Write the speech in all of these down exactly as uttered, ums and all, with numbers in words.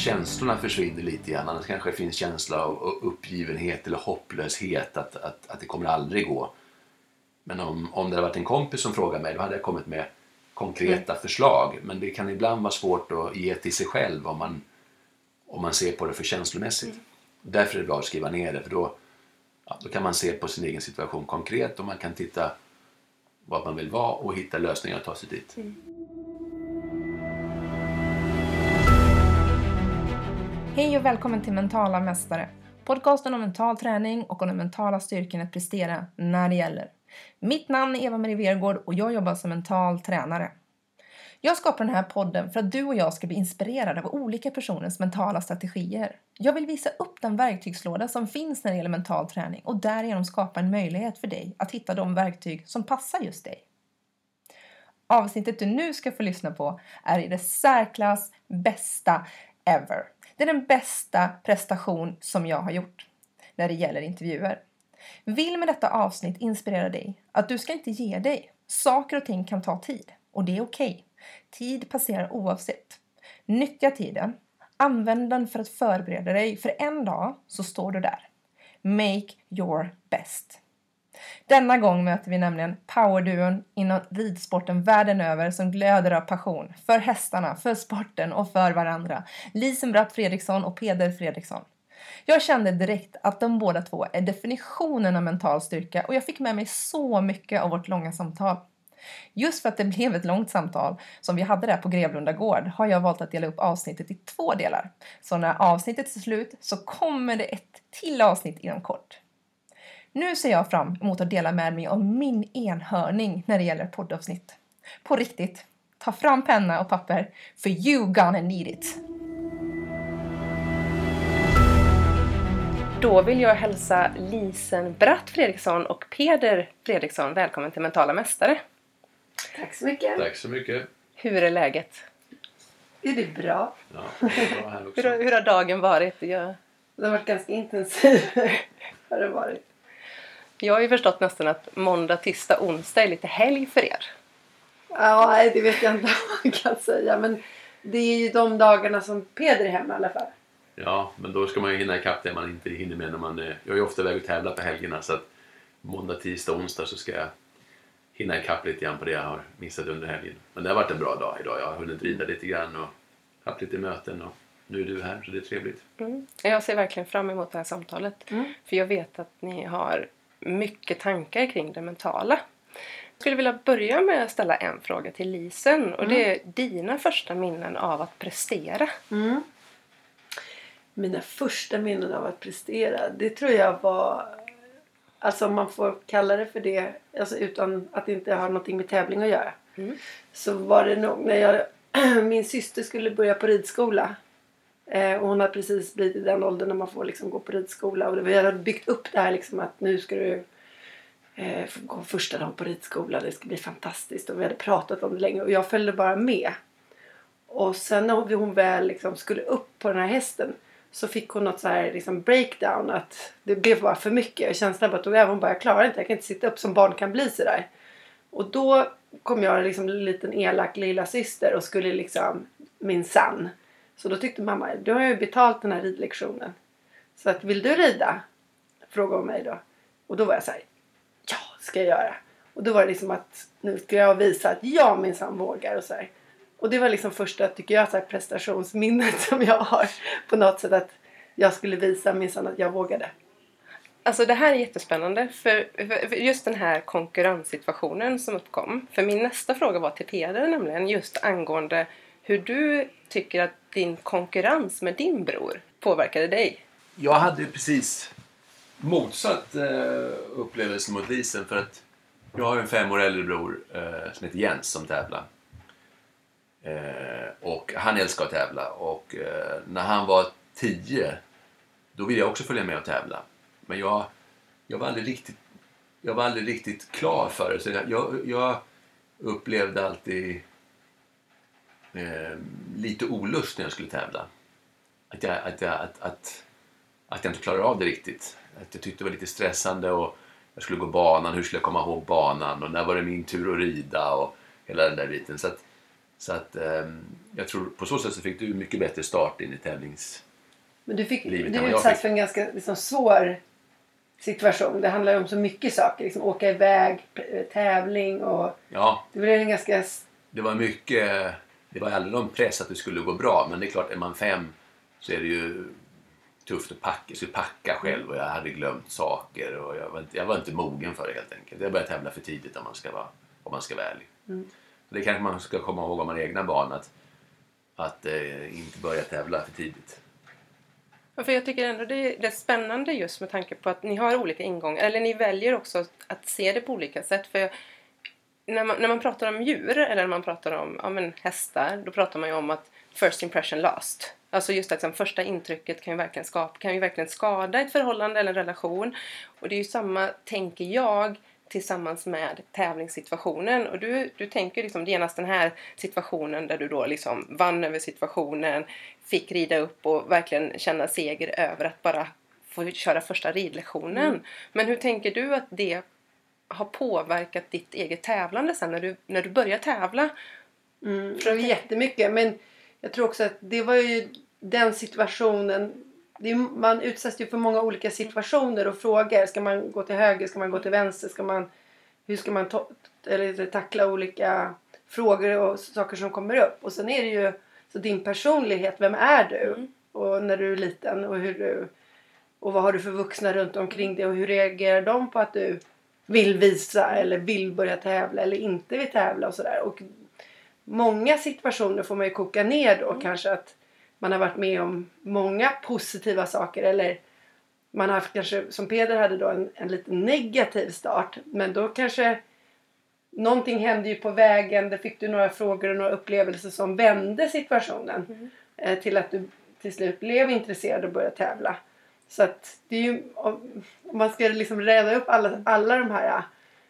känslorna försvinner lite grann. Annars kanske det finns känsla av uppgivenhet eller hopplöshet. Att, att, att det kommer aldrig gå. Men om, om det hade varit en kompis som frågade mig, då hade jag kommit med konkreta mm. förslag. Men det kan ibland vara svårt att ge till sig själv om man, om man ser på det för känslomässigt. Mm. Därför är det bra att skriva ner det. För då, ja, då kan man se på sin egen situation konkret och man kan titta vad man vill vara och hitta lösningar att ta sig dit. Mm. Hej och välkommen till Mentala Mästare. Podcasten om mental träning och om den mentala styrkan att prestera när det gäller. Mitt namn är Eva-Marie Vergård och jag jobbar som mental tränare. Jag skapar den här podden för att du och jag ska bli inspirerade av olika personers mentala strategier. Jag vill visa upp den verktygslåda som finns när det gäller mental träning och därigenom skapa en möjlighet för dig att hitta de verktyg som passar just dig. Avsnittet du nu ska få lyssna på är i det särklass bästa ever. Det är den bästa prestation som jag har gjort när det gäller intervjuer. Vill med detta avsnitt inspirera dig att du ska inte ge dig. Saker och ting kan ta tid och det är okej. Tid passerar oavsett. Nyttja tiden. Använd den för att förbereda dig. För en dag så står du där. Make your best. Denna gång möter vi nämligen powerduon inom ridsporten världen över som glöder av passion för hästarna, för sporten och för varandra. Lisen Bratt Fredriksson och Peder Fredriksson. Jag kände direkt att de båda två är definitionen av mental styrka och jag fick med mig så mycket av vårt långa samtal. Just för att det blev ett långt samtal som vi hade där på Grevlunda gård har jag valt att dela upp avsnittet i två delar. Så när avsnittet är slut så kommer det ett till avsnitt inom kort. Nu ser jag fram emot att dela med mig om min enhörning när det gäller poddavsnitt. På riktigt, ta fram penna och papper för you gonna need it. Då vill jag hälsa Lisen Bratt Fredriksson och Peder Fredriksson välkommen till Mentala Mästare. Tack så mycket. Tack så mycket. Hur är läget? Är det bra? Ja, det är bra här också. hur, hur har dagen varit? Jag... Det har varit ganska intensiv. har det varit. Jag har ju förstått nästan att måndag, tisdag, onsdag är lite helg för er. Ja, nej, det vet jag inte vad man kan säga. Men det är ju de dagarna som Peder är hemma i alla fall. Ja, men då ska man ju hinna ikapp det man inte hinner med när man är... Jag är ju ofta iväg och tävlar på helgerna så att måndag, tisdag, onsdag så ska jag hinna ikapp lite grann på det jag har missat under helgen. Men det har varit en bra dag idag. Jag har hunnit rida lite grann och haft lite möten och nu är du här så det är trevligt. Mm. Jag ser verkligen fram emot det här samtalet. Mm. För jag vet att ni har mycket tankar kring det mentala. Jag skulle vilja börja med att ställa en fråga till Lisen. Och mm. det är dina första minnen av att prestera. Mm. Mina första minnen av att prestera. Det tror jag var... Alltså om man får kalla det för det. Alltså utan att det inte har någonting med tävling att göra. Mm. Så var det nog när jag... Min syster skulle börja på ridskola. Eh, och hon har precis blivit i den åldern när man får liksom gå på ridskola. Och vi hade byggt upp det här liksom att nu ska du eh, få gå första dagen på ridskola. Det ska bli fantastiskt. Och vi hade pratat om det länge. Och jag följde bara med. Och sen när hon väl liksom skulle upp på den här hästen. Så fick hon något så här liksom breakdown. Att det blev bara för mycket. Och känslan bara tog över. Hon bara, jag klarar inte. Jag kan inte sitta upp som barn kan bli så där. Och då kom jag liksom en liten elak lilla syster. Och skulle liksom min sann. Så då tyckte mamma, du har ju betalt den här ridlektionen. Så att, vill du rida? Frågade hon mig då. Och då var jag så här, ja, ska jag göra. Och då var det liksom att, nu ska jag visa att jag minsann vågar och så här. Och det var liksom första, tycker jag, så här prestationsminnet som jag har. På något sätt att jag skulle visa minsann att jag vågade. Alltså det här är jättespännande. För, för just den här konkurrenssituationen som uppkom. För min nästa fråga var till Peder nämligen. Just angående hur du tycker att din konkurrens med din bror påverkade dig. Jag hade precis motsatt eh, upplevelse mot Lisen. För att jag har en fem år äldre bror eh, som heter Jens som tävlar. Eh, och han älskar att tävla. Och eh, när han var tio, då ville jag också följa med och tävla. Men jag, jag, var, aldrig riktigt, jag var aldrig riktigt klar för det. Så jag, jag, jag upplevde alltid eh, lite olust när jag skulle tävla. Att jag, att, jag, att, att, att jag inte klarade av det riktigt. Att jag tyckte det var lite stressande och jag skulle gå banan. Hur skulle jag komma ihåg banan? Och när var det min tur att rida? Och hela den där biten. Så att Så att eh, jag tror på så sätt så fick du mycket bättre start in i tävlings. Men du fick Livet du än vad jag utsatt fick. för en ganska liksom, svår situation. Det handlar ju om så mycket saker. Liksom, åka iväg, p- tävling och Ja, det blev en ganska... det var mycket, det var aldrig någon press att det skulle gå bra, men det är klart, är man fem så är det ju tufft att packa, så packa själv, och jag hade glömt saker och jag var inte, jag var inte mogen för det helt enkelt. Jag började tävla för tidigt om man ska vara, om man ska vara ärlig. Mm. Det kanske man ska komma ihåg om man har egna barn, att, att eh, inte börja tävla för tidigt. Ja, för jag tycker ändå det är, det är spännande just med tanke på att ni har olika ingångar. Eller ni väljer också att se det på olika sätt. För när man, när man pratar om djur eller när man pratar om ja, men hästar, då pratar man ju om att first impression last. Alltså just att liksom, första intrycket kan ju, verkligen skapa, kan ju verkligen skada ett förhållande eller en relation. Och det är ju samma, tänker jag, tillsammans med tävlingssituationen. Och du, du tänker liksom genast den här situationen där du då liksom vann över situationen, fick rida upp och verkligen känna seger över att bara få köra första ridlektionen. Mm. Men hur tänker du att det har påverkat ditt eget tävlande sen när du, när du börjar tävla? Mm, det var jättemycket, men jag tror också att det var ju den situationen. Det är, man utsätts ju för många olika situationer och frågor. Ska man gå till höger? Ska man gå till vänster? Ska man, hur ska man ta, eller tackla olika frågor och saker som kommer upp? Och sen är det ju så din personlighet. Vem är du? Mm. Och när du är liten och hur du, och vad har du för vuxna runt omkring dig och hur reagerar de på att du vill visa eller vill börja tävla eller inte vill tävla och sådär. Och många situationer får man ju koka ner då. Mm. Kanske att man har varit med om många positiva saker. Eller man har haft kanske, som Peder hade då, en, en lite negativ start. Men då kanske någonting hände ju på vägen. Där fick du några frågor och några upplevelser som vände situationen. Mm. Eh, till att du till slut blev intresserad och började tävla. Så att det är ju, om man ska liksom reda upp alla, alla de här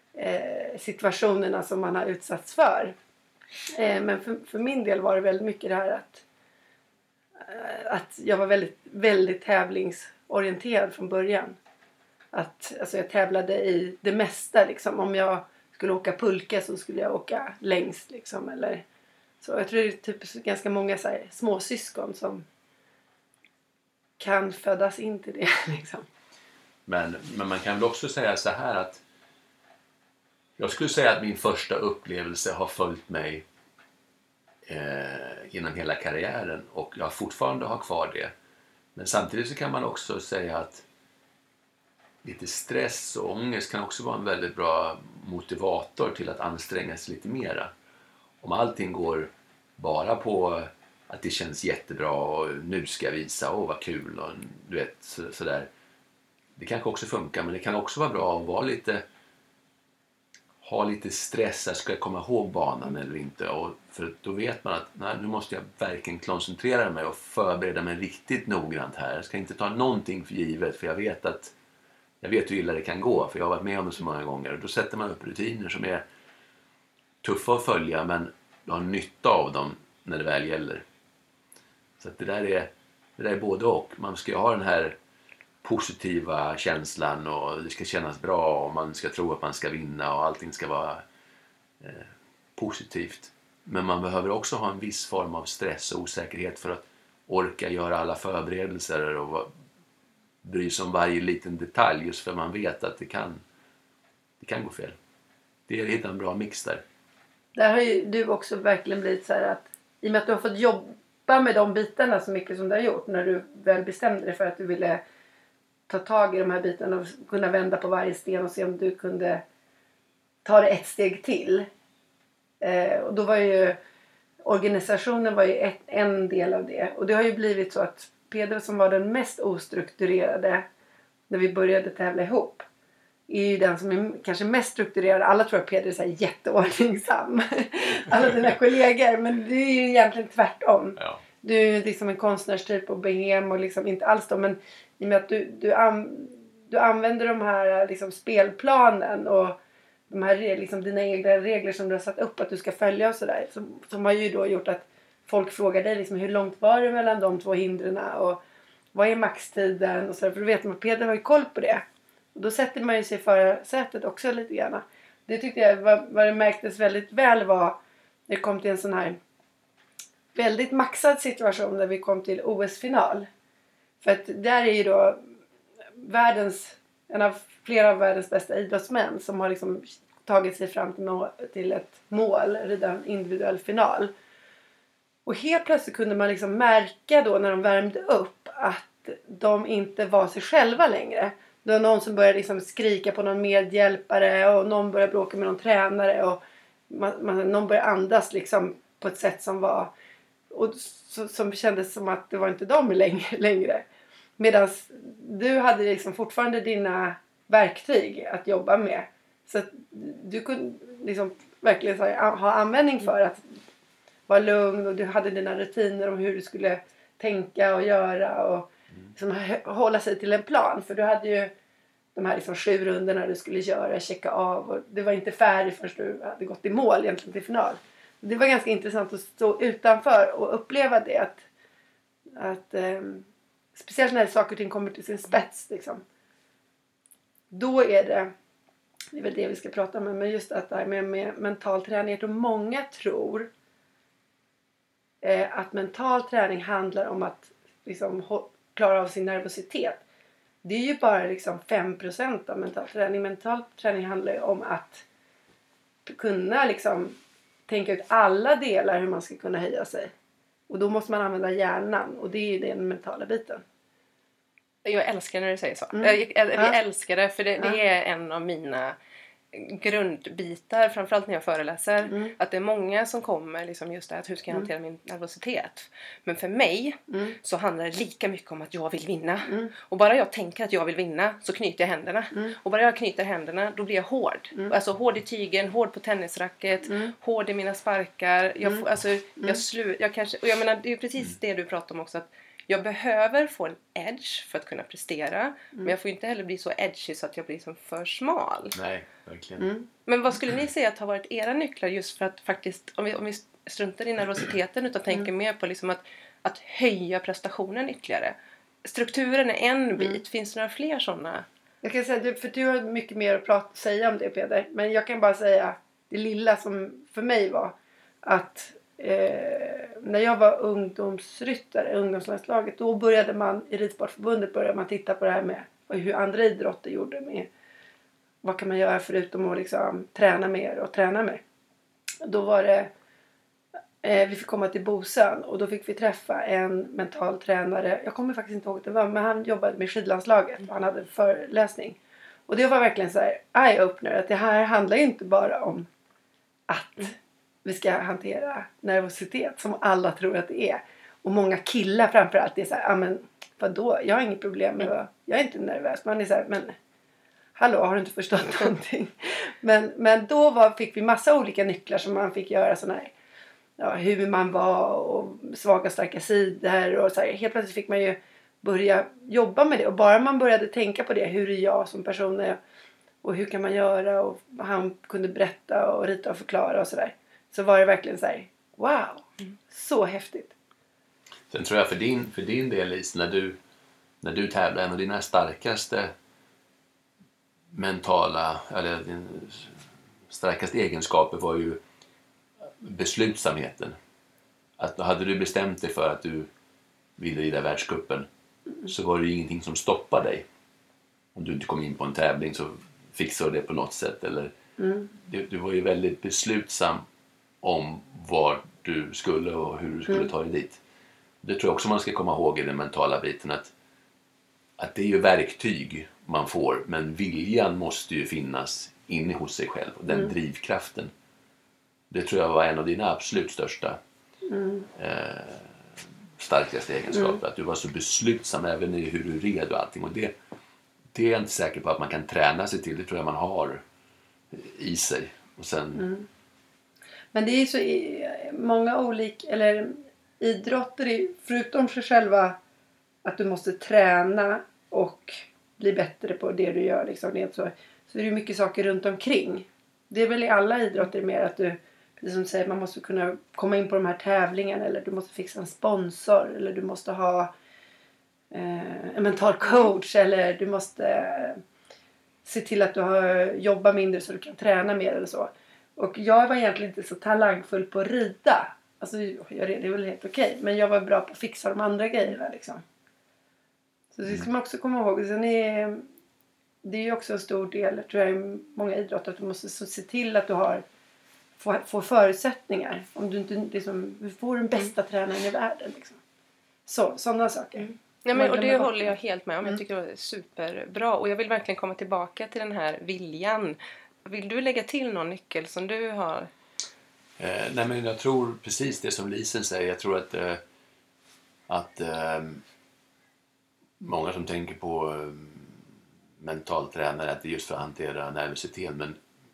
eh, situationerna som man har utsatts för. Eh, men för, för min del var det väldigt mycket det här att att jag var väldigt, väldigt tävlingsorienterad från början. Att, alltså jag tävlade i det mesta. Liksom. Om jag skulle åka pulka så skulle jag åka längst. Liksom, eller, så jag tror det är typ ganska många så här, små syskon som kan födas in till det. Liksom. Men, men man kan väl också säga så här att jag skulle säga att min första upplevelse har följt mig Eh, genom hela karriären, och jag fortfarande har kvar det. Men samtidigt så kan man också säga att lite stress och ångest kan också vara en väldigt bra motivator till att anstränga sig lite mera. Om allting går bara på att det känns jättebra och nu ska jag visa, åh vad kul och du vet så, sådär. Det kanske också funkar, men det kan också vara bra att vara lite ha lite stress, ska jag komma ihåg banan eller inte, och för då vet man att nej, nu måste jag verkligen koncentrera mig och förbereda mig riktigt noggrant här. Jag ska inte ta någonting för givet, för jag vet att jag vet hur illa det kan gå, för jag har varit med om det så många gånger, och då sätter man upp rutiner som är tuffa att följa, men du har nytta av dem när det väl gäller. Så att det där är det där är både och. Man ska ju ha den här positiva känslan och det ska kännas bra och man ska tro att man ska vinna och allting ska vara eh, positivt. Men man behöver också ha en viss form av stress och osäkerhet för att orka göra alla förberedelser och bry sig om varje liten detalj, just för man vet att det kan, det kan gå fel. Det är att hitta en bra mix där. Där har ju du också verkligen blivit så här att i och med att du har fått jobba med de bitarna så mycket som du har gjort, när du väl bestämde dig för att du ville ta tag i de här bitarna och kunna vända på varje sten och se om du kunde ta det ett steg till. Eh, och då var ju organisationen var ju ett, en del av det. Och det har ju blivit så att Peder, som var den mest ostrukturerade när vi började tävla ihop, är ju den som är kanske mest strukturerad. Alla tror att Peder är så här jätteordningsam. Alla dina kollegor. Men du är ju egentligen tvärtom. Ja. Du är liksom en konstnärstyp och behem och liksom inte alls då. Men i och med att du, du, an, du använder de här liksom spelplanen och de här liksom dina egna regler som du har satt upp att du ska följa och sådär. Som, som har ju då gjort att folk frågar dig liksom, hur långt var det mellan de två hindren och vad är maxtiden och sådär. För du vet att Peder har ju koll på det. Och då sätter man ju sig för sätet också lite grann. Det tyckte jag var, var det märktes väldigt väl var när det kom till en sån här väldigt maxad situation när vi kom till O S-final. För att där är ju då världens, en av flera av världens bästa idrottsmän som har liksom tagit sig fram till, må- till ett mål, redan individuell final. Och helt plötsligt kunde man liksom märka då när de värmde upp att de inte var sig själva längre. Det var någon som började liksom skrika på någon medhjälpare och någon började bråka med någon tränare och man, man, någon började andas liksom på ett sätt som var och så, som kändes som att det var inte de längre. längre. Medan du hade liksom fortfarande dina verktyg att jobba med. Så att du kunde liksom verkligen ha användning för att vara lugn och du hade dina rutiner om hur du skulle tänka och göra och liksom hålla sig till en plan. För du hade ju de här liksom sju rundorna du skulle göra, checka av och det var inte färdigt förrän du hade gått i mål egentligen till final. Det var ganska intressant att stå utanför och uppleva det att, att eh, speciellt när saker och ting kommer till sin spets liksom. Då är det det är väl det vi ska prata om, men just att det här med, med mental träning, och många tror eh, att mental träning handlar om att liksom ho- klara av sin nervositet. Det är ju bara liksom fem procent av mental träning. Mental träning handlar ju om att kunna liksom tänka ut alla delar hur man ska kunna höja sig. Och då måste man använda hjärnan, och det är ju den mentala biten. Jag älskar när du säger så. Mm. Jag, jag, jag Ja. älskar det för det, Ja. det är en av mina grundbitar, framförallt när jag föreläser. Mm. Att det är många som kommer liksom just det här, att hur ska jag hantera min nervositet. Men för mig Mm. så handlar det lika mycket om att jag vill vinna. Mm. Och bara jag tänker att jag vill vinna så knyter jag händerna. Mm. Och bara jag knyter händerna då blir jag hård. Mm. Alltså hård i tygen, hård på tennisracket, Mm. hård i mina sparkar. Jag, Mm. får, alltså, Mm. jag slu, jag kanske, och jag menar det är ju precis det du pratar om också, att jag behöver få en edge för att kunna prestera. Mm. Men jag får inte heller bli så edgy så att jag blir som för smal. Nej, verkligen. Mm. Men vad skulle ni säga att har varit era nycklar just för att faktiskt, om vi, om vi struntar i nervositeten utan tänker Mm. mer på liksom att, att höja prestationen ytterligare. Strukturen är en bit. Mm. Finns det några fler sådana? Jag kan säga, för du har mycket mer att prata, säga om det, Peder. Men jag kan bara säga det lilla som för mig var att eh, när jag var ungdomsryttare, ungdomslandslaget, då började man i Ridsportförbundet började man titta på det här med hur andra idrotter gjorde med vad kan man göra förutom att liksom träna mer och träna mer. Då var det eh, vi fick komma till Bosön och då fick vi träffa en mental tränare. Jag kommer faktiskt inte ihåg det var, men han jobbade med skidlandslaget och han hade en föreläsning. Och det var verkligen så här eye-opener, att det här handlar ju inte bara om att vi ska hantera nervositet som alla tror att det är. Och många killar framförallt det är så här, ja men vadå, jag har inget problem med det. Jag är inte nervös. Man är så här, men hallå, har du inte förstått någonting? Men, men då var, fick vi massa olika nycklar som man fick göra sådana här, ja, hur man var och svaga och starka sidor och så här. Helt plötsligt fick man ju börja jobba med det. Och bara man började tänka på det, hur är jag som person är och hur kan man göra, och han kunde berätta och rita och förklara och sådär. Så var det verkligen så här, wow, mm. så häftigt. Sen tror jag för din, för din del, Lise, när du, när du tävlar, en av dina starkaste mentala, eller din starkaste egenskaper var ju beslutsamheten. Att hade du bestämt dig för att du ville rida världscupen, mm. så var det ju ingenting som stoppade dig. Om du inte kom in på en tävling så fixade det på något sätt. Eller, Mm. du, du var ju väldigt beslutsam om var du skulle och hur du skulle Mm. ta dig dit. Det tror jag också man ska komma ihåg i den mentala biten, att, att det är ju verktyg man får, men viljan måste ju finnas inne hos sig själv, och den Mm. drivkraften. Det tror jag var en av dina absolut största Mm. eh, starkaste egenskaper, Mm. att du var så beslutsam även i hur du red och allting, och det, det är jag inte säker på att man kan träna sig till. Det tror jag man har i sig. Och sen... Mm. Men det är ju så i många olika, eller idrotter är, förutom sig själva att du måste träna och bli bättre på det du gör liksom, det så, så är det mycket saker runt omkring. Det är väl i alla idrotter mer att du, precis som du säger, man måste kunna komma in på de här tävlingarna, eller du måste fixa en sponsor, eller du måste ha eh, en mental coach, eller du måste eh, se till att du har, jobbar mindre så du kan träna mer eller så. Och jag var egentligen inte så talangfull på att rida. alltså jag är det väl helt okej. Men jag var bra på att fixa de andra grejerna liksom. Så det ska man också komma ihåg. Sen är, det är ju också en stor del, tror jag, i många idrotter, att du måste se till att du har får, får förutsättningar. Om du inte liksom, du får den bästa mm. tränaren i världen liksom. Så, sådana saker. Mm. Nej, men, och det håller jag helt med om. Jag tycker det är superbra. Och jag vill verkligen komma tillbaka till den här viljan. Vill du lägga till någon nyckel som du har? Eh, nej, men jag tror precis det som Lisen säger. Jag tror att, eh, att eh, många som tänker på eh, mentaltränare, att det är just för att hantera nervositet. Men,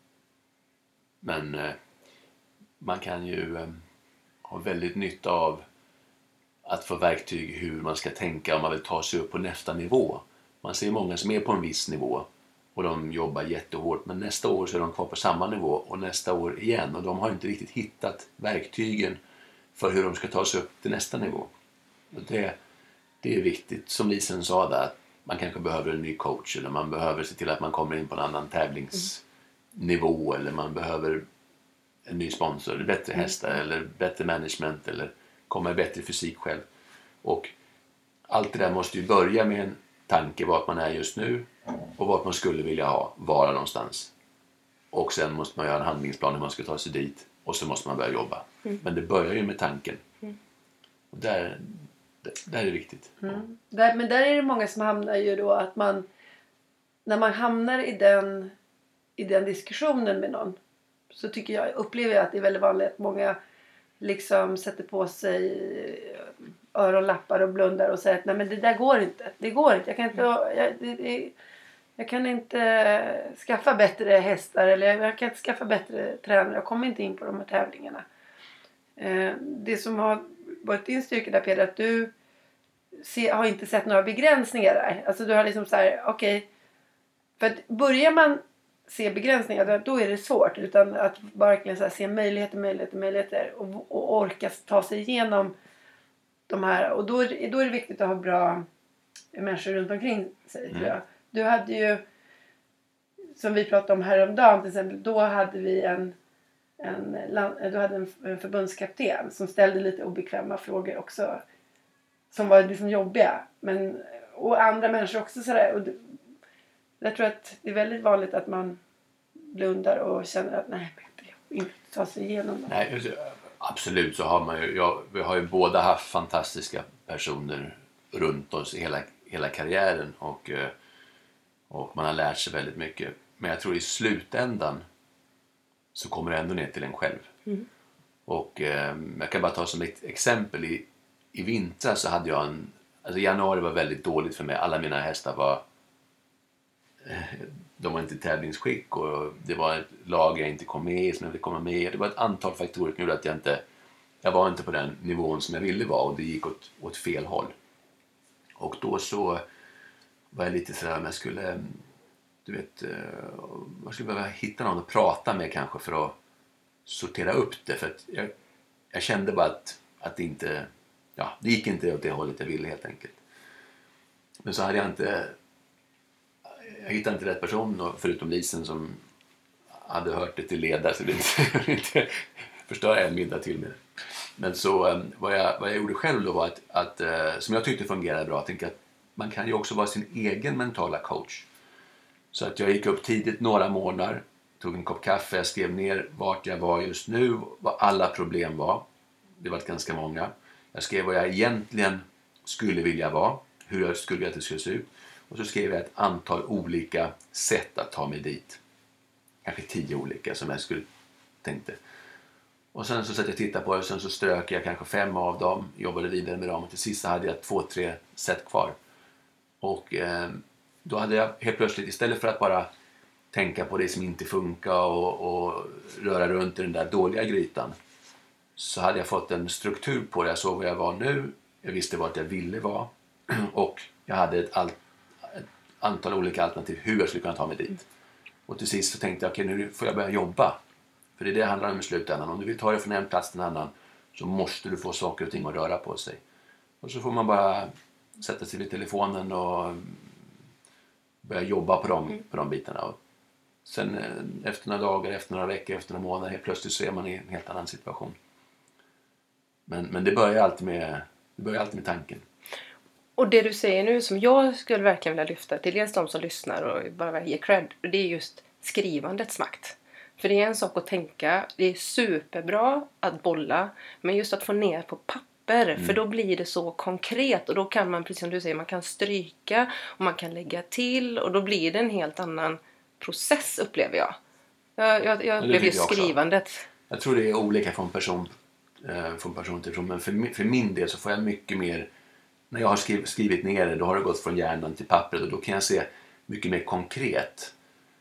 men eh, man kan ju eh, ha väldigt nytta av att få verktyg hur man ska tänka om man vill ta sig upp på nästa nivå. Man ser många som är på en viss nivå och de jobbar jättehårt, men nästa år så är de kvar på samma nivå och nästa år igen, och de har inte riktigt hittat verktygen för hur de ska ta sig upp till nästa nivå. Och det, det är viktigt, som Lisen sa där, att man kanske behöver en ny coach, eller man behöver se till att man kommer in på en annan tävlingsnivå, mm. eller man behöver en ny sponsor, eller bättre hästar, mm. eller bättre management, eller komma i bättre fysik själv. Och allt det där måste ju börja med en tanke vart man är just nu och vart man skulle vilja ha, vara någonstans. Och sen måste man göra en handlingsplan hur man ska ta sig dit, och så måste man börja jobba. Mm. Men det börjar ju med tanken. Mm. Och där, där är det viktigt. Mm. Där, men där är det många som hamnar ju då att man, när man hamnar i den, i den diskussionen med någon, så tycker jag, upplever jag att det är väldigt vanligt att många liksom sätter på sig öronlappar och blundar och säger att nej, men det där går inte. Det går inte. Jag kan inte, jag, det, det, jag kan inte skaffa bättre hästar, eller jag kan inte skaffa bättre tränare. Jag kommer inte in på de här tävlingarna. Eh, det som har varit din styrka där, Peder, att du se, har inte sett några begränsningar där. Alltså du har liksom så här, okej. Okay, för att börjar man se begränsningar, då är det svårt. Utan att verkligen så här se möjligheter, möjligheter, möjligheter. Och, och orka ta sig igenom de här. Och då, då är det viktigt att ha bra människor runt omkring sig, mm. tror jag. Du hade ju, som vi pratade om häromdagen till exempel, då hade vi en, en, du hade en, en förbundskapten som ställde lite obekväma frågor också. Som var liksom jobbiga. Men, och andra människor också sådär. Och det, jag tror att det är väldigt vanligt att man blundar och känner att nej, jag inte ta sig igenom det. Nej, absolut, så har man ju, jag, vi har ju båda haft fantastiska personer runt oss hela, hela karriären, och, och man har lärt sig väldigt mycket. Men jag tror i slutändan så kommer det ändå ner till en själv. Mm. Och eh, jag kan bara ta som ett exempel. I, i vinter så hade jag en, alltså januari var väldigt dåligt för mig. Alla mina hästar var de var inte i tävlingsskick, och det var ett lag jag inte kom med som jag ville komma med. Det var ett antal faktorer som gjorde att jag inte jag var inte på den nivån som jag ville vara, och det gick åt, åt fel håll. Och då så var jag lite sådär, men jag skulle du vet, jag skulle behöva hitta någon att prata med kanske för att sortera upp det, för att jag, jag kände bara att, att det inte ja, det gick inte åt det hållet jag ville helt enkelt. Men så hade jag inte jag hittade inte rätt person, förutom Lisen som hade hört det till ledare, så det inte, inte förstöra en middag till med. Men så vad jag, vad jag gjorde själv då var att, att som jag tyckte fungerade bra, jag tänkte att man kan ju också vara sin egen mentala coach. Så att jag gick upp tidigt några månader, tog en kopp kaffe, jag skrev ner vart jag var just nu, vad alla problem var. Det var ganska många. Jag skrev vad jag egentligen skulle vilja vara, hur jag skulle vilja att det skulle se ut. Och så skrev jag ett antal olika sätt att ta mig dit. Kanske tio olika som jag skulle tänkte. Och sen så satt jag och tittade på det, och sen så strök jag kanske fem av dem, jobbade vidare med dem, och till sist hade jag två, tre sätt kvar. Och eh, då hade jag helt plötsligt, istället för att bara tänka på det som inte funkar och, och röra runt i den där dåliga grytan, så hade jag fått en struktur på det. Jag såg vad jag var nu, jag visste vart jag ville vara, och jag hade ett, all, ett antal olika alternativ hur jag skulle kunna ta mig dit. Och till sist så tänkte jag, okej, okay, nu får jag börja jobba. För det är det det handlar om i slutändan. Om du vill ta dig från en plats till en annan, så måste du få saker och ting att röra på sig. Och så får man bara sätta sig vid telefonen och börja jobba på de, mm. på de bitarna. Och sen efter några dagar, efter några veckor, efter några månader, helt plötsligt så är man i en helt annan situation. Men, men det börjar alltid med, det börjar alltid med tanken. Och det du säger nu som jag skulle verkligen vilja lyfta till dels de som lyssnar och bara ge cred, det är just skrivandets makt. För det är en sak att tänka, det är superbra att bolla, men just att få ner på papper, mm. för då blir det så konkret och då kan man, precis som du säger, man kan stryka och man kan lägga till och då blir det en helt annan process, upplever jag. Jag, jag, jag upplever just skrivandet. Jag tror det är olika från person, eh, från person till person, men för, för min del så får jag mycket mer, när jag har skrivit, skrivit ner det, då har det gått från hjärnan till pappret och då kan jag se mycket mer konkret.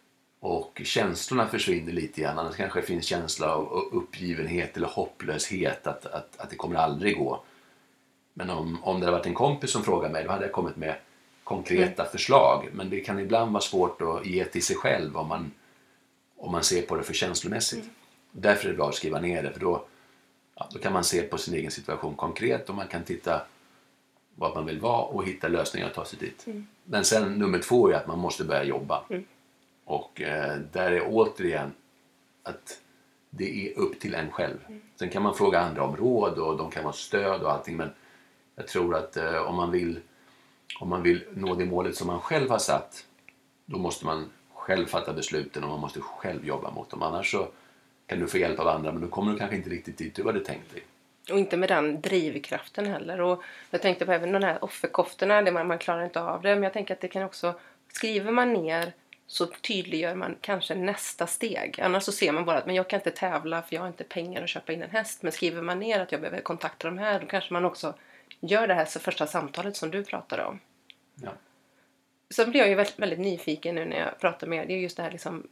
Och känslorna försvinner lite grann. Annars kanske det finns känsla av uppgivenhet eller hopplöshet. Att, att, att det kommer aldrig gå. Men om, om det hade varit en kompis som frågade mig, då hade jag kommit med konkreta mm. förslag. Men det kan ibland vara svårt att ge till sig själv om man, om man ser på det för känslomässigt. Mm. Därför är det bra att skriva ner det. För då, ja, då kan man se på sin egen situation konkret. Och man kan titta vad man vill vara och hitta lösningar att ta sig dit. Mm. Men sen nummer två är att man måste börja jobba. Mm. Och eh, där är återigen att det är upp till en själv. Mm. Sen kan man fråga andra om råd och de kan vara stöd och allting. Men jag tror att eh, om, man vill, om man vill nå det målet som man själv har satt, då måste man själv fatta besluten och man måste själv jobba mot dem. Annars så kan du få hjälp av andra, men då kommer du kanske inte riktigt dit du hade tänkt dig. Och inte med den drivkraften heller. Och jag tänkte på även de här offerkoftorna, det man, man klarar inte av det. Men jag tänker att det kan också, skriver man ner så tydliggör man kanske nästa steg. Annars så ser man bara att men jag kan inte tävla för jag har inte pengar att köpa in en häst. Men skriver man ner att jag behöver kontakta de här, då kanske man också gör det här så första samtalet som du pratade om. Ja. Sen blir jag ju väldigt, väldigt nyfiken nu när jag pratar med er. Det är just det här liksom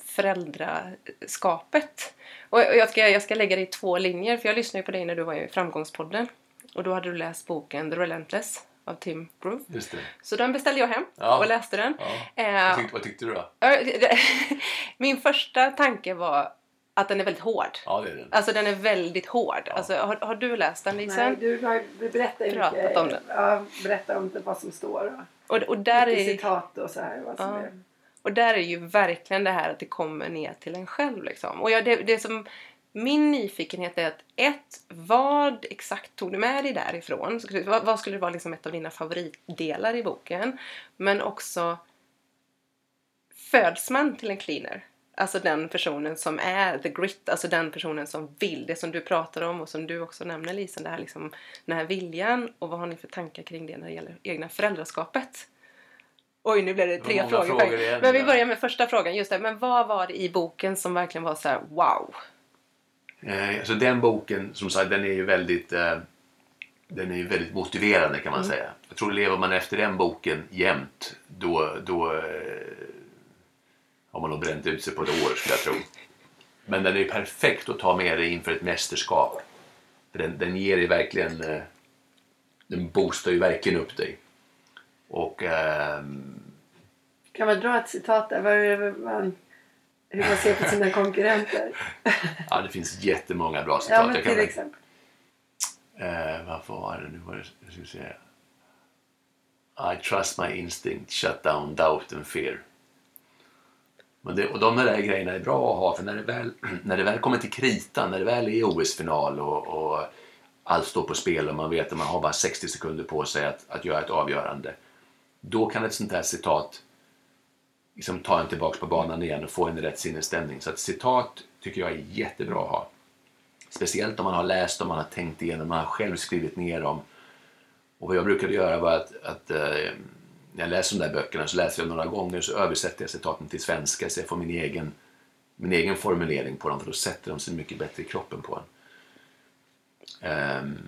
föräldraskapet. Och jag ska, jag ska lägga det i två linjer. För jag lyssnade ju på dig när du var i Framgångspodden. Och då hade du läst boken The Relentless av Tim Groove. Just det. Så den beställde jag hem ja. och läste den. Ja. Eh, vad, tyckte, vad tyckte du då? Min första tanke var att den är väldigt hård. Ja, det är den. Alltså den är väldigt hård. Ja. Alltså, har, har du läst den, Lisa? Nej, du har berättat pratat om den. Ja, berätta om det, vad som står. Och, och där är citat och så här. Vad som ja. är. Och där är ju verkligen det här att det kommer ner till en själv. Liksom. Och jag, det, det som... Min nyfikenhet är att ett, vad exakt tog du med dig därifrån? Vad, vad skulle det vara liksom ett av dina favoritdelar i boken? Men också, föds man till en cleaner? Alltså den personen som är the grit, alltså den personen som vill, det som du pratar om och som du också nämner, Lisa, det här liksom, den här viljan. Och vad har ni för tankar kring det när det gäller egna föräldraskapet? Oj, nu blev det tre frågor. frågor igen, men vi börjar med första frågan, just det. Men vad var det i boken som verkligen var så här, wow? Eh, alltså den boken, som sagt, den är ju väldigt eh, den är ju väldigt motiverande kan man mm. säga. Jag tror lever man efter den boken jämt, då, då eh, har man nog bränt ut sig på ett år, skulle jag tro. Men den är ju perfekt att ta med dig inför ett mästerskap. För den, den ger dig verkligen, eh, den boostar ju verkligen upp dig. Och eh, kan man dra ett citat där? Vad är det man... Hur man ser på sina konkurrenter. Ja, det finns jättemånga bra citat. Ja, men till exempel. Eh, vad var det nu? Var det, jag ska säga. I trust my instinct, shut down doubt and fear. Men det, och de där grejerna är bra att ha, för när det väl, när det väl kommer till kritan, när det väl är O S-final och, och allt står på spel och man vet att man har bara sextio sekunder på sig att, att göra ett avgörande. Då kan ett sånt här citat liksom ta en tillbaka på banan igen och få en rätt sinnesstämning. Så att citat tycker jag är jättebra att ha. Speciellt om man har läst, om man har tänkt igenom, om man har själv skrivit ner dem. Och vad jag brukade göra var att, att eh, när jag läser de där böckerna så läser jag några gånger, så översätter jag citaten till svenska så jag får min egen, min egen formulering på dem, för då sätter de sig mycket bättre i kroppen på en. Um,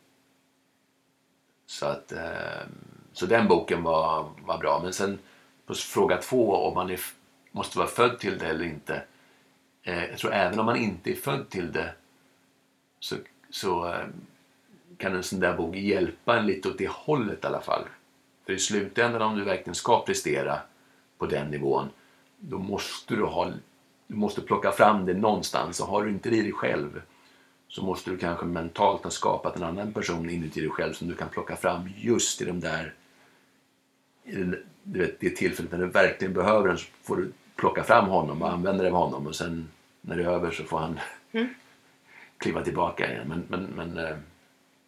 så att um, så den boken var, var bra. Men sen på fråga två, om man är, måste vara född till det eller inte. Eh, jag tror även om man inte är född till det, så, så eh, kan en sån där bok hjälpa en lite åt det hållet i alla fall. För i slutändan, om du verkligen ska prestera på den nivån, då måste du ha, du måste plocka fram det någonstans. Och har du inte det i dig själv, så måste du kanske mentalt ha skapat en annan person inuti dig själv som du kan plocka fram just i de där, i den, du vet, det tillfället när du verkligen behöver den, så får du plocka fram honom och använda det av honom, och sen när det är över så får han mm. kliva tillbaka igen. Men, men, men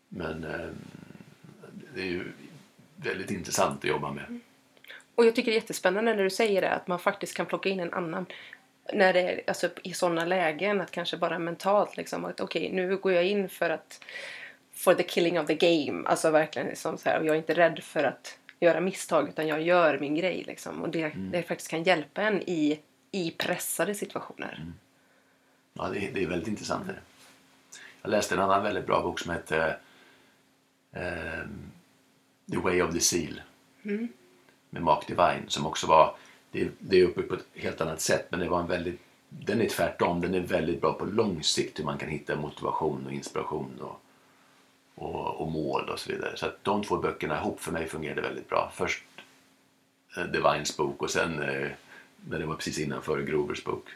men eh, det är ju väldigt intressant att jobba med. Mm. Och jag tycker det är jättespännande när du säger det, att man faktiskt kan plocka in en annan när det är alltså, i sådana lägen, att kanske bara mentalt liksom, att okej, okay, nu går jag in för att for the killing of the game, alltså verkligen liksom så här, och jag är inte rädd för att göra misstag, utan jag gör min grej liksom, och det, mm. det faktiskt kan hjälpa en i, i pressade situationer. Mm. Ja, det är, det är väldigt intressant. Mm. Jag läste en annan väldigt bra bok som heter eh, The Way of the Seal. Mm. Med Mark Divine, som också var, det, det är uppe på ett helt annat sätt, men det var en väldigt, den är tvärtom, den är väldigt bra på lång sikt, hur man kan hitta motivation och inspiration och, och, och mål och så vidare. Så att de två böckerna ihop för mig fungerade väldigt bra. Först eh, Divines bok och sen eh, när det var precis innanför Grovers bok.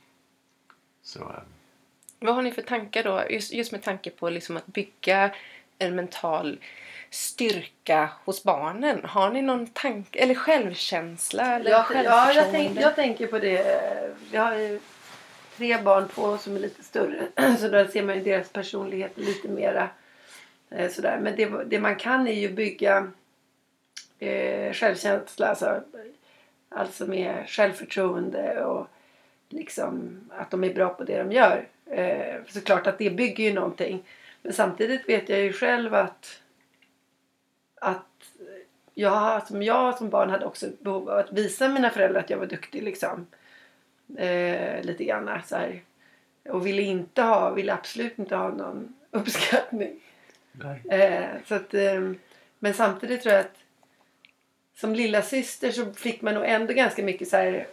Så, eh. Vad har ni för tankar då, just, just med tanke på liksom att bygga en mental styrka hos barnen? Har ni någon tanke eller självkänsla eller jag, självförtroende? Ja, jag, tänk, jag tänker på det. Vi har ju tre barn, två som är lite större, så där ser man ju deras personlighet lite mera sådär. Men det, det man kan är ju bygga eh, självkänsla, alltså, alltså med självförtroende och liksom att de är bra på det de gör. Eh, såklart att det bygger ju någonting, men samtidigt vet jag ju själv att att jag som, jag som barn hade också behov av att visa mina föräldrar att jag var duktig liksom. Eh, lite grann så här. Och ville inte ha, ville absolut inte ha någon uppskattning. Eh, så att, eh, men samtidigt tror jag att som lilla syster så fick man nog ändå ganska mycket så här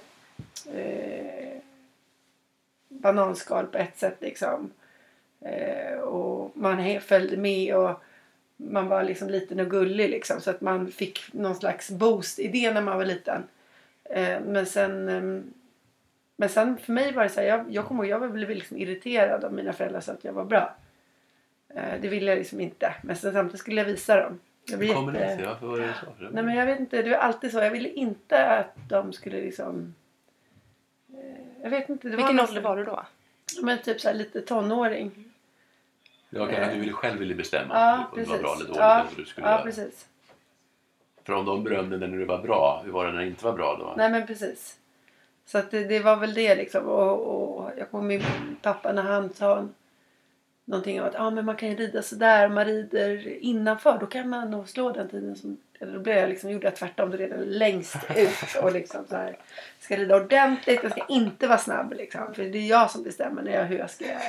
eh, bananskal på ett sätt liksom. Eh, och man följde med och man var liksom liten och gullig liksom, så att man fick någon slags boost i det när man var liten. Eh, men sen eh, men sen för mig var det så här, jag, jag kommer ihåg, jag blev liksom irriterad av mina föräldrar så att jag var bra. Eh, det ville jag liksom inte. Men sen samtidigt skulle jag visa dem. Jag blev kommer jätte... det? Varför var det så? Nej, men jag vet inte, det var alltid så. Jag ville inte att de skulle liksom eh, jag vet inte. Det Vilken var ålder var du då? Men typ så här lite tonåring. Ja, kan att du ville själv ville bestämma ja, om det var bra eller dåligt. Ja, du skulle ja göra. Precis. För om de berömde när du var bra, hur var det när det inte var bra då? Nej, men precis. Så att det, det var väl det liksom. Och, och jag kommer min pappa när han sa någonting om att ah, men man kan ju rida sådär. Om man rider innanför, då kan man nog slå den tiden. Som, eller då blev jag liksom, gjorde jag tvärtom. Då red jag längst ut och liksom så här. Ska rida ordentligt, jag ska inte vara snabb liksom. För det är jag som bestämmer när jag, hur jag ska göra.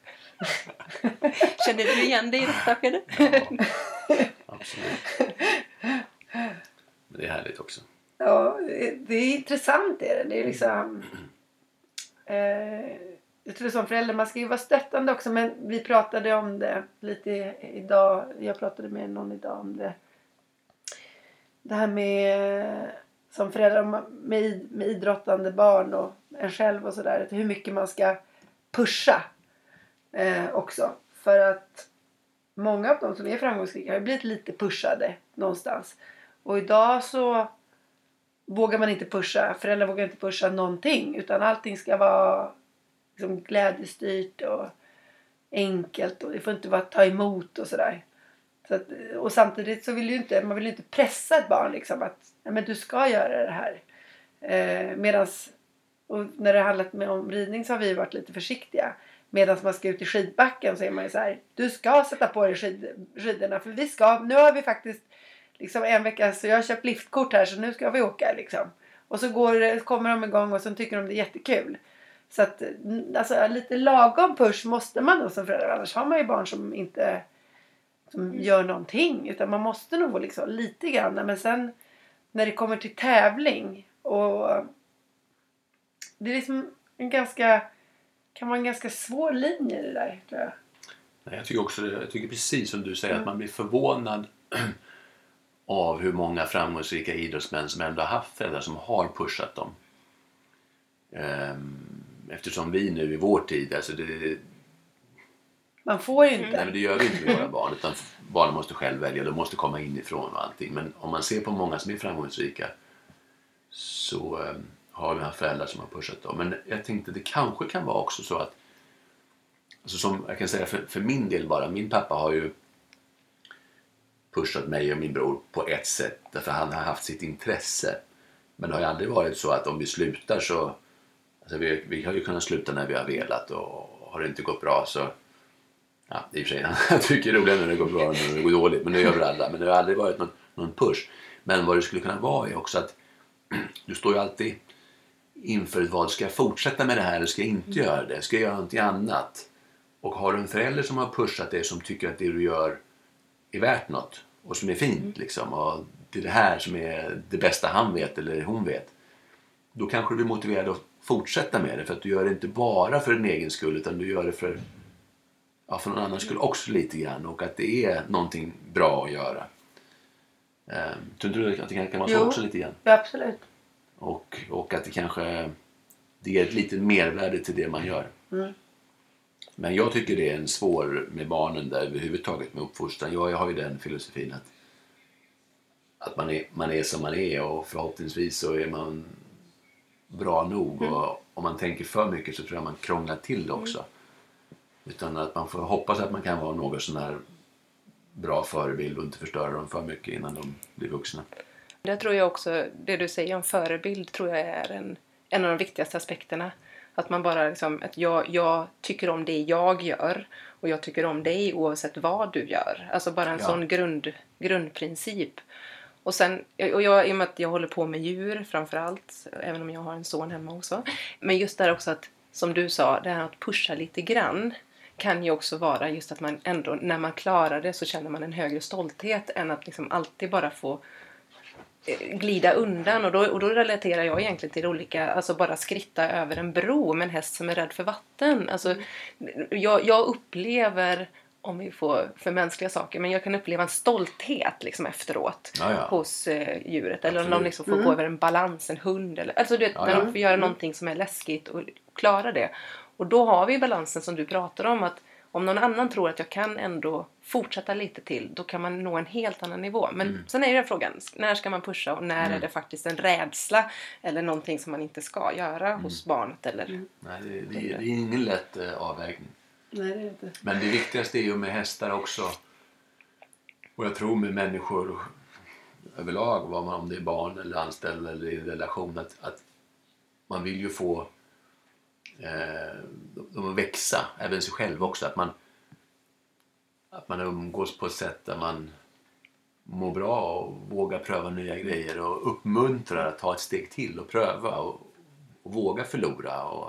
Känner du igen dig i detta, Peder? Ja, absolut. Men det är härligt också. Ja, det är intressant är det. Det är liksom eh, jag tror som förälder, man ska ju vara stöttande också, men vi pratade om det lite idag. Jag pratade med någon idag om det. Det här med som förälder med, med idrottande barn och en själv och sådär. Hur mycket man ska pusha eh, också. För att många av dem som är framgångsrika har blivit lite pushade någonstans. Och idag så vågar man inte pusha, föräldrar vågar inte pusha någonting, utan allting ska vara liksom glädjestyrt och enkelt och det får inte vara ta emot och sådär. Så att, och samtidigt så vill ju inte, man vill ju inte pressa ett barn liksom att nej, men du ska göra det här. Eh, medans, och när det handlat med om ridning så har vi varit lite försiktiga. Medan man ska ut i skidbacken så är man ju så här, du ska sätta på dig skid, skidorna för vi ska, nu har vi faktiskt liksom en vecka, så jag har köpt liftkort här så nu ska vi åka liksom. Och så går, kommer de igång och så tycker de det är jättekul. Så att alltså, lite lagom push måste man då som förälder. Annars har man ju barn som inte som gör någonting. Utan man måste nog liksom lite grann. Men sen när det kommer till tävling och det är liksom en ganska, kan vara en ganska svår linje det där, tror jag. Nej, jag tycker också det, jag tycker precis som du säger mm. att man blir förvånad av hur många framgångsrika idrottsmän som ändå har haft föräldrar som har pushat dem. Eftersom vi nu i vår tid, alltså det, man får ju inte. Nej, men det gör vi inte med våra barn, utan barnen måste själv välja, de måste komma inifrån och allting. Men om man ser på många som är framgångsrika så um, har vi haft föräldrar som har pushat dem. Men jag tänkte det kanske kan vara också så att, alltså som jag kan säga för, för min del bara, min pappa har ju pushat mig och min bror på ett sätt. Därför han har haft sitt intresse. Men det har ju aldrig varit så att om vi slutar så... Alltså vi, vi har ju kunnat sluta när vi har velat. Och har det inte gått bra så... Ja, i och för sig. Jag tycker det är roligt när det går bra och när det går dåligt. Men det gör väl alla. Men det har aldrig varit någon, någon push. Men vad det skulle kunna vara är också att... Du står ju alltid inför vad ska jag fortsätta med det här eller ska jag inte mm. göra det? Ska jag göra någonting annat? Och har du en förälder som har pushat dig som tycker att det du gör är värt något och som är fint mm. liksom, och det är det här som är det bästa han vet eller hon vet, då kanske du blir motiverad att fortsätta med det, för att du gör det inte bara för din egen skull utan du gör det för, ja, för någon annan skull också lite grann, och att det är någonting bra att göra. Um, tror du att det kan vara så jo, också lite grann? Ja, absolut. Och, och att det kanske det ger ett litet mervärde till det man gör. Mm. Men jag tycker det är en svår med barnen där överhuvudtaget med uppfostran. Jag, jag har ju den filosofin att, att man, är, man är som man är, och förhoppningsvis så är man bra nog. Mm. Och om man tänker för mycket så tror jag man krånglar till det också. Mm. Utan att man får hoppas att man kan vara någon sån här bra förebild och inte förstöra dem för mycket innan de blir vuxna. Det tror jag också, det du säger om förebild tror jag är en, en av de viktigaste aspekterna. Att man bara liksom, att jag, jag tycker om det jag gör och jag tycker om dig oavsett vad du gör. Alltså bara en ja. sån grund, grundprincip. Och sen, och jag, i och med att jag håller på med djur framförallt, även om jag har en son hemma också. Men just där också att, som du sa, det här att pusha lite grann kan ju också vara just att man ändå, när man klarar det så känner man en högre stolthet än att liksom alltid bara få glida undan. Och då, och då relaterar jag egentligen till olika, alltså bara skritta över en bro med en häst som är rädd för vatten. Alltså, jag, jag upplever, om vi får för mänskliga saker, men jag kan uppleva en stolthet liksom efteråt ja, ja. hos eh, djuret. Eller Absolut. om de liksom får mm. gå över en balans, en hund. Eller, alltså det, ja, när ja. de får göra någonting som är läskigt och klara det. Och då har vi balansen som du pratar om, att om någon annan tror att jag kan ändå fortsätta lite till, då kan man nå en helt annan nivå. Men mm. sen är det frågan, när ska man pusha och när mm. är det faktiskt en rädsla eller någonting som man inte ska göra mm. hos barnet? Eller... Mm. Nej, det, det, det är ingen lätt uh, avvägning. Nej, det är inte. Men det viktigaste är ju med hästar också, och jag tror med människor överlag, vad man, om det är barn eller anställda eller i relation, att, att man vill ju få Eh, de, de växa, även sig själv också, att man att man umgås på ett sätt där man mår bra och vågar pröva nya grejer och uppmuntrar att ta ett steg till och pröva och, och våga förlora och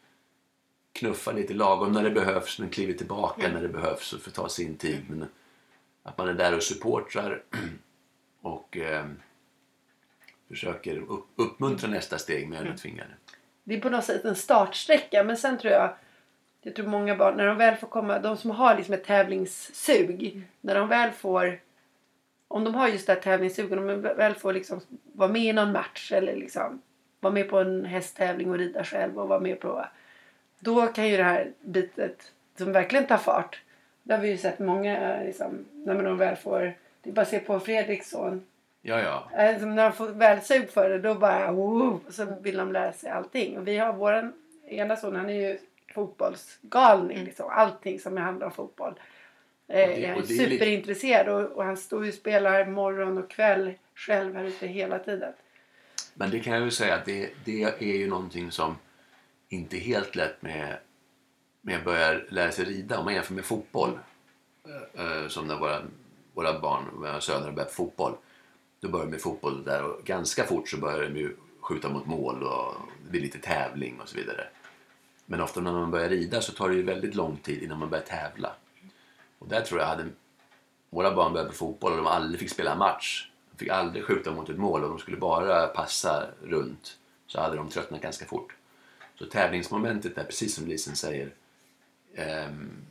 knuffa lite lagom när det behövs men kliva tillbaka mm. när det behövs och få ta sin tid, men att man är där och supportar och eh, försöker upp, uppmuntra nästa steg med mm. att tvinga det. Det är på något sätt en startsträcka. Men sen tror jag, jag tror många barn, när de väl får komma, de som har liksom ett tävlingssug, mm. när de väl får, om de har just det här tävlingssugen, om de väl får liksom vara med i någon match eller liksom vara med på en hästtävling och rida själv och vara med på, då kan ju det här bitet som verkligen tar fart. Det har vi ju sett många liksom, när de väl får, det är bara att se på Fredriksson. Ja, ja. Alltså, när de får väl sug för det, då bara oh, så vill de lära sig allting. Och vi har våran ena son, han är ju fotbollsgalning. Mm. Liksom. Allting som handlar om fotboll. Eh, och det, och det är superintresserad och, och han står ju och spelar morgon och kväll själv här ute hela tiden. Men det kan jag ju säga att det, det är ju någonting som inte är helt lätt med, med att börja lära sig rida. Om man jämför med fotboll, eh, som när våra, våra barn, våra söner börjar på fotboll. Då börjar de med fotboll där och ganska fort så börjar de ju skjuta mot mål och det blir lite tävling och så vidare. Men ofta när man börjar rida så tar det ju väldigt lång tid innan man börjar tävla. Och där tror jag hade våra barn började på fotboll och de aldrig fick spela match. De fick aldrig skjuta mot ett mål och de skulle bara passa runt, så hade de tröttnat ganska fort. Så tävlingsmomentet är precis som Lisen säger eh,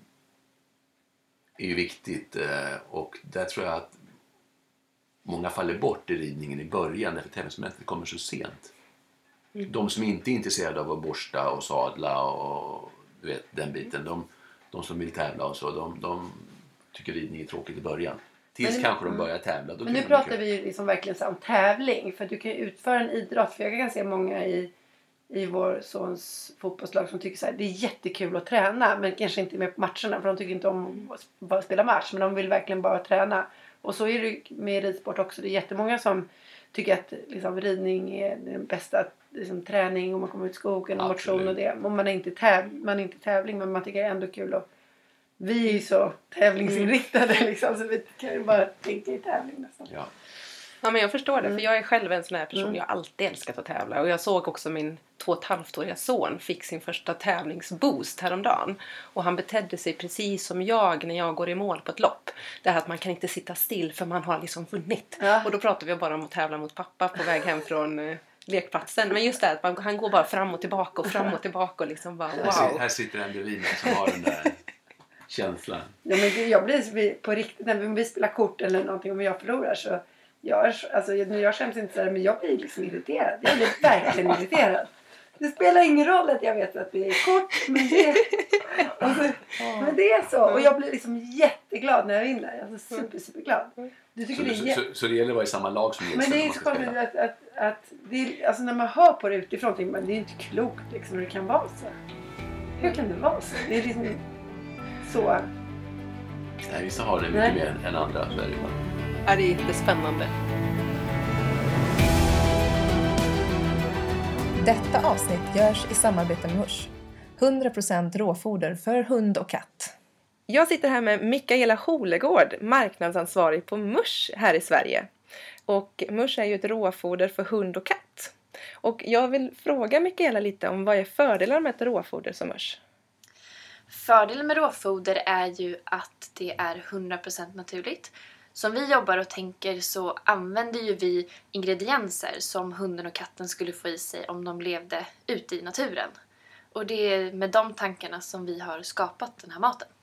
är ju viktigt, eh, och där tror jag att många faller bort i ridningen i början därför tävlingsmomentet kommer så sent. Mm. De som inte är intresserade av att borsta och sadla och du vet, den biten, de, de som vill tävla och så, de, de tycker ridning är tråkigt i början. Tills men, kanske de börjar tävla. Då men nu pratar vi ju liksom verkligen om tävling, för du kan ju utföra en idrott, för jag kan se många i i vår sons fotbollslag som tycker så här, det är jättekul att träna men kanske inte med på matcherna för de tycker inte om att bara spela match men de vill verkligen bara träna. Och så är det med ridsport också. Det är jättemånga som tycker att liksom, ridning är den bästa liksom, träning om man kommer ut i skogen och motion och det. Om man är inte täv- man är inte tävling men man tycker det är ändå kul och vi är ju så tävlingsinriktade liksom så vi kan ju bara tänka i tävling nästan. Ja. Ja, men jag förstår det. Mm. För jag är själv en sån här person. Mm. Jag har alltid älskat att tävla. Och jag såg också min två och ett halvt-åriga son fick sin första tävlingsboost häromdagen. Och han betedde sig precis som jag när jag går i mål på ett lopp. Det här att man kan inte sitta still för man har liksom vunnit. Ja. Och då pratar vi bara om att tävla mot pappa på väg hem från eh, lekplatsen. Men just det att man, han går bara fram och tillbaka och fram och tillbaka och liksom bara Här, wow. sit- här sitter en bredvid mig som har den där känslan. Ja, men det- jag blir på riktigt när vi spelar kort eller någonting om jag förlorar så jag, alltså, nu jag skäms inte sådär men jag blir liksom irriterad. Jag blir verkligen irriterad. Det spelar ingen roll att jag vet att det är kort men det, alltså, men det är så. Och jag blir liksom jätteglad när jag vinner. Jag är alltså super superglad. Du tycker Så, det är så, jä- så, så det gäller att vara i samma lag som Men det är så konstigt att, att, att det är, alltså när man hör på det utifrån tänker man det är inte klokt liksom hur det kan vara så. Hur kan det vara så? Det är liksom så. Nej, vissa har det mycket Nej. mer än, än andra. Så är det ju bara. Ja, det är jättespännande. Detta avsnitt görs i samarbete med Mush. hundra procent råfoder för hund och katt. Jag sitter här med Mikaela Holegård, marknadsansvarig på Mush här i Sverige. Och Mush är ju ett råfoder för hund och katt. Och jag vill fråga Mikaela lite om vad är fördelar med ett råfoder som Mush? Fördelen med råfoder är ju att det är hundra procent naturligt. Som vi jobbar och tänker så använder ju vi ingredienser som hunden och katten skulle få i sig om de levde ute i naturen. Och det är med de tankarna som vi har skapat den här maten.